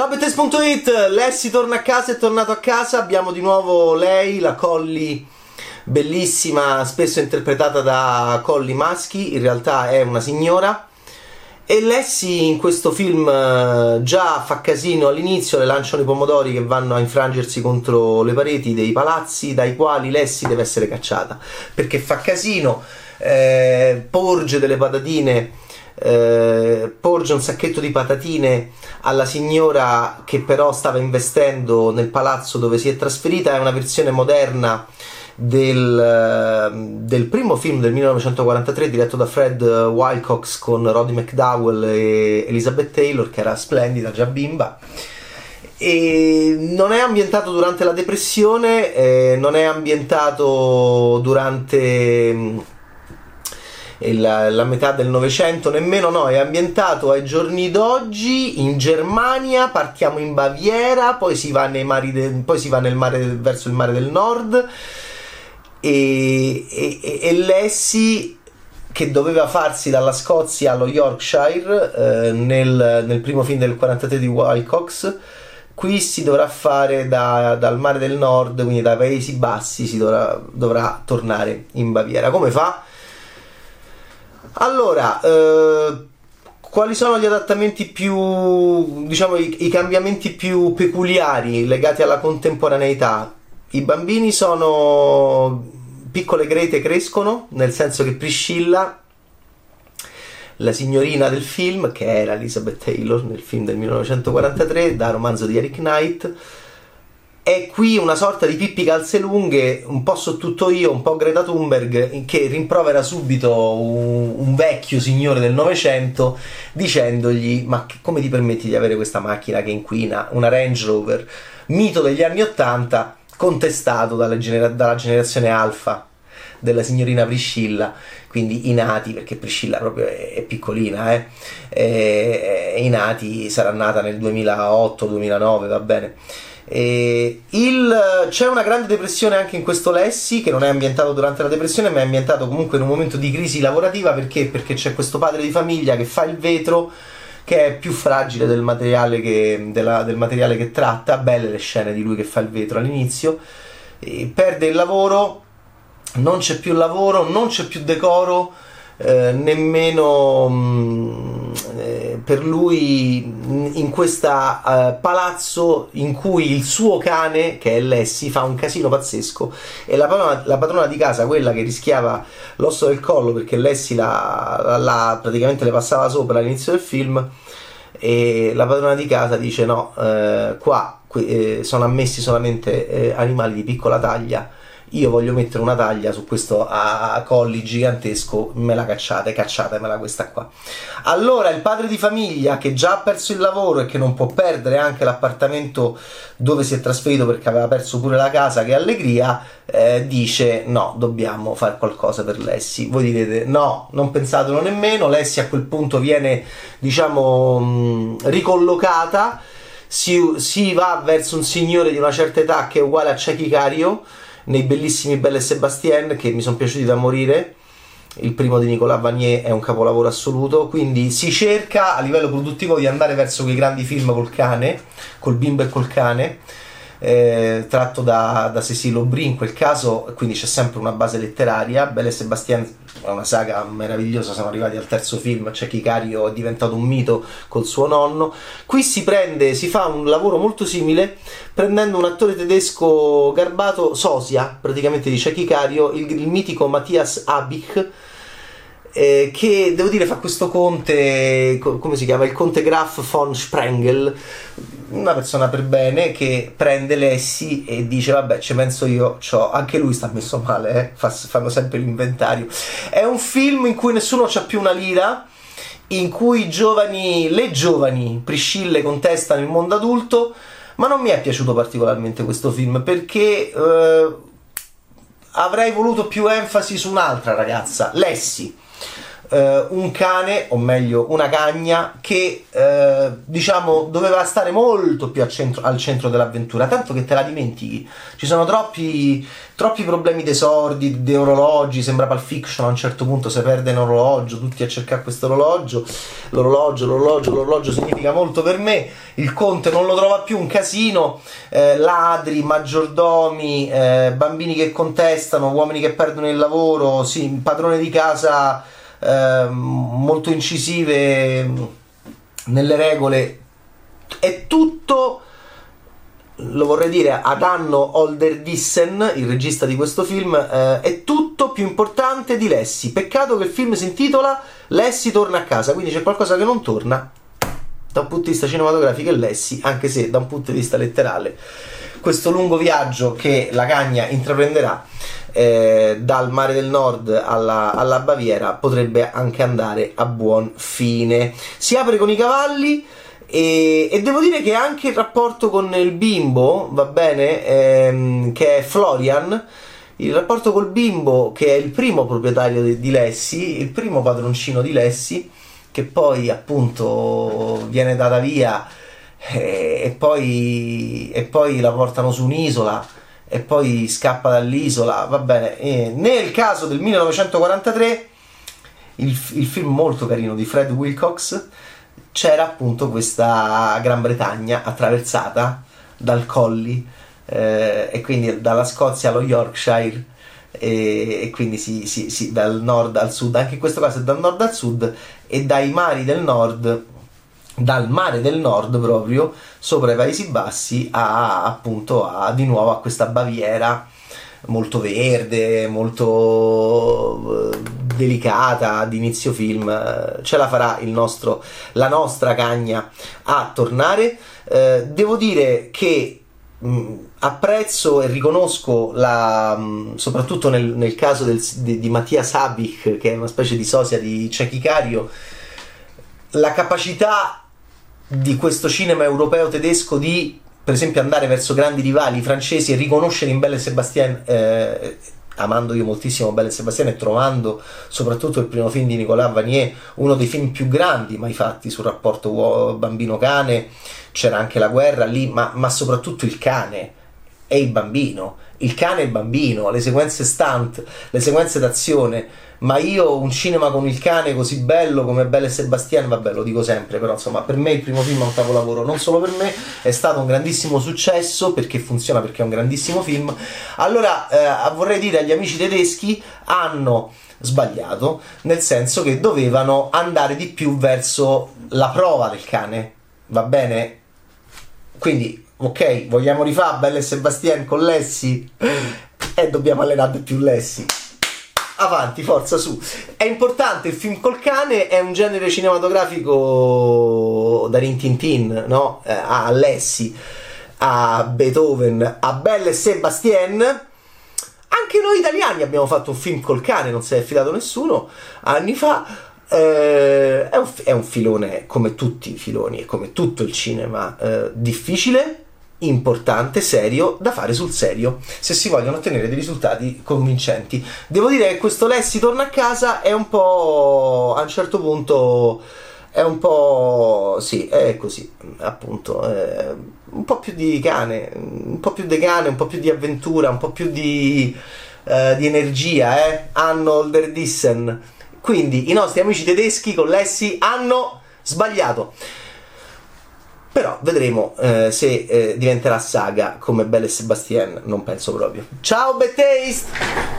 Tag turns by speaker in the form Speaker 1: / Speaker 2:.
Speaker 1: Bettes.it, Lassie torna a casa, è tornato a casa, abbiamo di nuovo lei, la Collie bellissima, spesso interpretata da collie maschi, in realtà è una signora, e Lassie in questo film già fa casino all'inizio, le lanciano i pomodori che vanno a infrangersi contro le pareti dei palazzi dai quali Lassie deve essere cacciata, perché fa casino, porge delle patatine, porge un sacchetto di patatine alla signora che però stava investendo nel palazzo dove si è trasferita. È una versione moderna del primo film del 1943 diretto da Fred Wilcox con Roddy McDowall e Elizabeth Taylor, che era splendida già bimba, e non è ambientato durante la depressione, non è ambientato durante la metà del Novecento nemmeno, no, è ambientato ai giorni d'oggi in Germania. Partiamo in Baviera, poi si va nei mari poi si va nel mare verso il mare del Nord, e Lassie, che doveva farsi dalla Scozia allo Yorkshire nel primo film del 43 di Wilcox, qui si dovrà fare dal mare del Nord, quindi dai Paesi Bassi, dovrà tornare in Baviera. Come fa? Allora, quali sono gli adattamenti più, diciamo, i cambiamenti più peculiari legati alla contemporaneità? I bambini sono piccole crete, crescono, nel senso che Priscilla, la signorina del film, che era Elizabeth Taylor nel film del 1943, da romanzo di Eric Knight, è qui una sorta di Pippi Calzelunghe, un po' So tutto io, un po' Greta Thunberg, che rimprovera subito un vecchio signore del Novecento dicendogli: ma come ti permetti di avere questa macchina che inquina, una Range Rover, mito degli anni '80, contestato dalla generazione alfa della signorina Priscilla, quindi i nati, perché Priscilla proprio è piccolina, i nati, sarà nata nel 2008-2009, va bene. C'è una grande depressione anche in questo Lassie, che non è ambientato durante la depressione, ma è ambientato comunque in un momento di crisi lavorativa. Perché c'è questo padre di famiglia che fa il vetro, che è più fragile del materiale che tratta. Belle le scene di lui che fa il vetro all'inizio, perde il lavoro, non c'è più lavoro, non c'è più decoro, nemmeno per lui in questa palazzo in cui il suo cane, che è Lassie, fa un casino pazzesco, e la padrona di casa, quella che rischiava l'osso del collo perché Lassie praticamente le passava sopra all'inizio del film, e la padrona di casa dice: no, qua sono ammessi solamente animali di piccola taglia, io voglio mettere una taglia su questo collie gigantesco, me la cacciatemela questa qua. Allora il padre di famiglia, che già ha perso il lavoro e che non può perdere anche l'appartamento dove si è trasferito perché aveva perso pure la casa, che allegria, dice: no, dobbiamo fare qualcosa per Lassie. Voi direte: no, non pensatelo nemmeno. Lassie a quel punto viene, diciamo, ricollocata, si va verso un signore di una certa età che è uguale a Checky Cario nei bellissimi Belle e Sébastien, che mi sono piaciuti da morire. Il primo di Nicolas Vanier è un capolavoro assoluto, quindi si cerca a livello produttivo di andare verso quei grandi film col cane, col bimbo e col cane, tratto da Cécile Aubry in quel caso, quindi c'è sempre una base letteraria. Belle e Sébastien è una saga meravigliosa, siamo arrivati al terzo film, Checky Cario è diventato un mito col suo nonno. Qui si fa un lavoro molto simile, prendendo un attore tedesco garbato, sosia praticamente di Checky Cario, il mitico Matthias Habich, che devo dire fa questo conte, come si chiama? Il conte Graf von Sprengel, una persona per bene, che prende Lassie e dice: vabbè, ci penso io, anche lui sta messo male, fanno sempre l'inventario. È un film in cui nessuno c'ha più una lira, in cui le giovani Priscille contestano il mondo adulto, ma non mi è piaciuto particolarmente questo film, perché avrei voluto più enfasi su un'altra ragazza, Lassie. un cane, o meglio una cagna, che diciamo doveva stare molto più al centro dell'avventura, tanto che te la dimentichi. Ci sono troppi problemi d'esordi, di orologi, sembra Pulp Fiction, a un certo punto si perde un orologio, tutti a cercare questo orologio, l'orologio significa molto per me, il conte non lo trova più, un casino, ladri, maggiordomi, bambini che contestano, uomini che perdono il lavoro, sì, padrone di casa molto incisive nelle regole, è tutto, lo vorrei dire a danno Older-Dissen, il regista di questo film, è tutto più importante di Lassie. Peccato che il film si intitola Lassie torna a casa, quindi c'è qualcosa che non torna da un punto di vista cinematografico è Lassie, anche se da un punto di vista letterale questo lungo viaggio che la cagna intraprenderà dal mare del nord alla Baviera potrebbe anche andare a buon fine. Si apre con i cavalli e devo dire che anche il rapporto con il bimbo va bene, che è Florian, il rapporto col bimbo, che è il primo proprietario di Lassie, il primo padroncino di Lassie, che poi appunto viene data via e poi la portano su un'isola e poi scappa dall'isola, va bene. Nel caso del 1943, il film molto carino di Fred Wilcox, c'era appunto questa Gran Bretagna attraversata dal Collie, e quindi dalla Scozia allo Yorkshire, e quindi dal nord al sud, anche in questo caso è dal nord al sud, e dai mari del nord, dal mare del nord proprio sopra i Paesi Bassi appunto di nuovo a questa Baviera molto verde, molto delicata di inizio film. Ce la farà la nostra cagna a tornare. Devo dire che apprezzo e riconosco soprattutto nel caso di Matthias Habich, che è una specie di sosia di Cecchi Cario, la capacità di questo cinema europeo tedesco di, per esempio, andare verso grandi rivali francesi e riconoscere in Belle e Sébastien, amando io moltissimo Belle e Sébastien e trovando soprattutto il primo film di Nicolas Vanier uno dei film più grandi mai fatti sul rapporto bambino-cane. C'era anche la guerra lì, ma soprattutto il cane e il bambino, il cane e il bambino, le sequenze stunt, le sequenze d'azione. Ma io un cinema con il cane così bello come Belle e Sébastien, vabbè, lo dico sempre, però insomma per me il primo film è un capolavoro, non solo per me, è stato un grandissimo successo perché funziona, perché è un grandissimo film. Allora vorrei dire agli amici tedeschi, hanno sbagliato, nel senso che dovevano andare di più verso la prova del cane, va bene? Quindi ok, vogliamo rifare Belle e Sébastien con Lassie e dobbiamo allenare più Lassie. Avanti, forza, su. È importante il film col cane, è un genere cinematografico da Rin Tin Tin, no? A Lassie, a Beethoven, a Belle e Sébastien. Anche noi italiani abbiamo fatto un film col cane, non se ne è filato nessuno, anni fa. È un filone, come tutti i filoni e come tutto il cinema, difficile, importante, serio, da fare sul serio se si vogliono ottenere dei risultati convincenti. Devo dire che questo Lassie torna a casa è un po', a un certo punto è un po', sì, è così appunto, un po' più di cane, un po' più di cane, un po' più di avventura, un po' più di energia, hanno Older-Dissen. Quindi i nostri amici tedeschi con Lassie hanno sbagliato. Però vedremo se diventerà saga come Belle e Sébastien, non penso proprio. Ciao Bad Taste!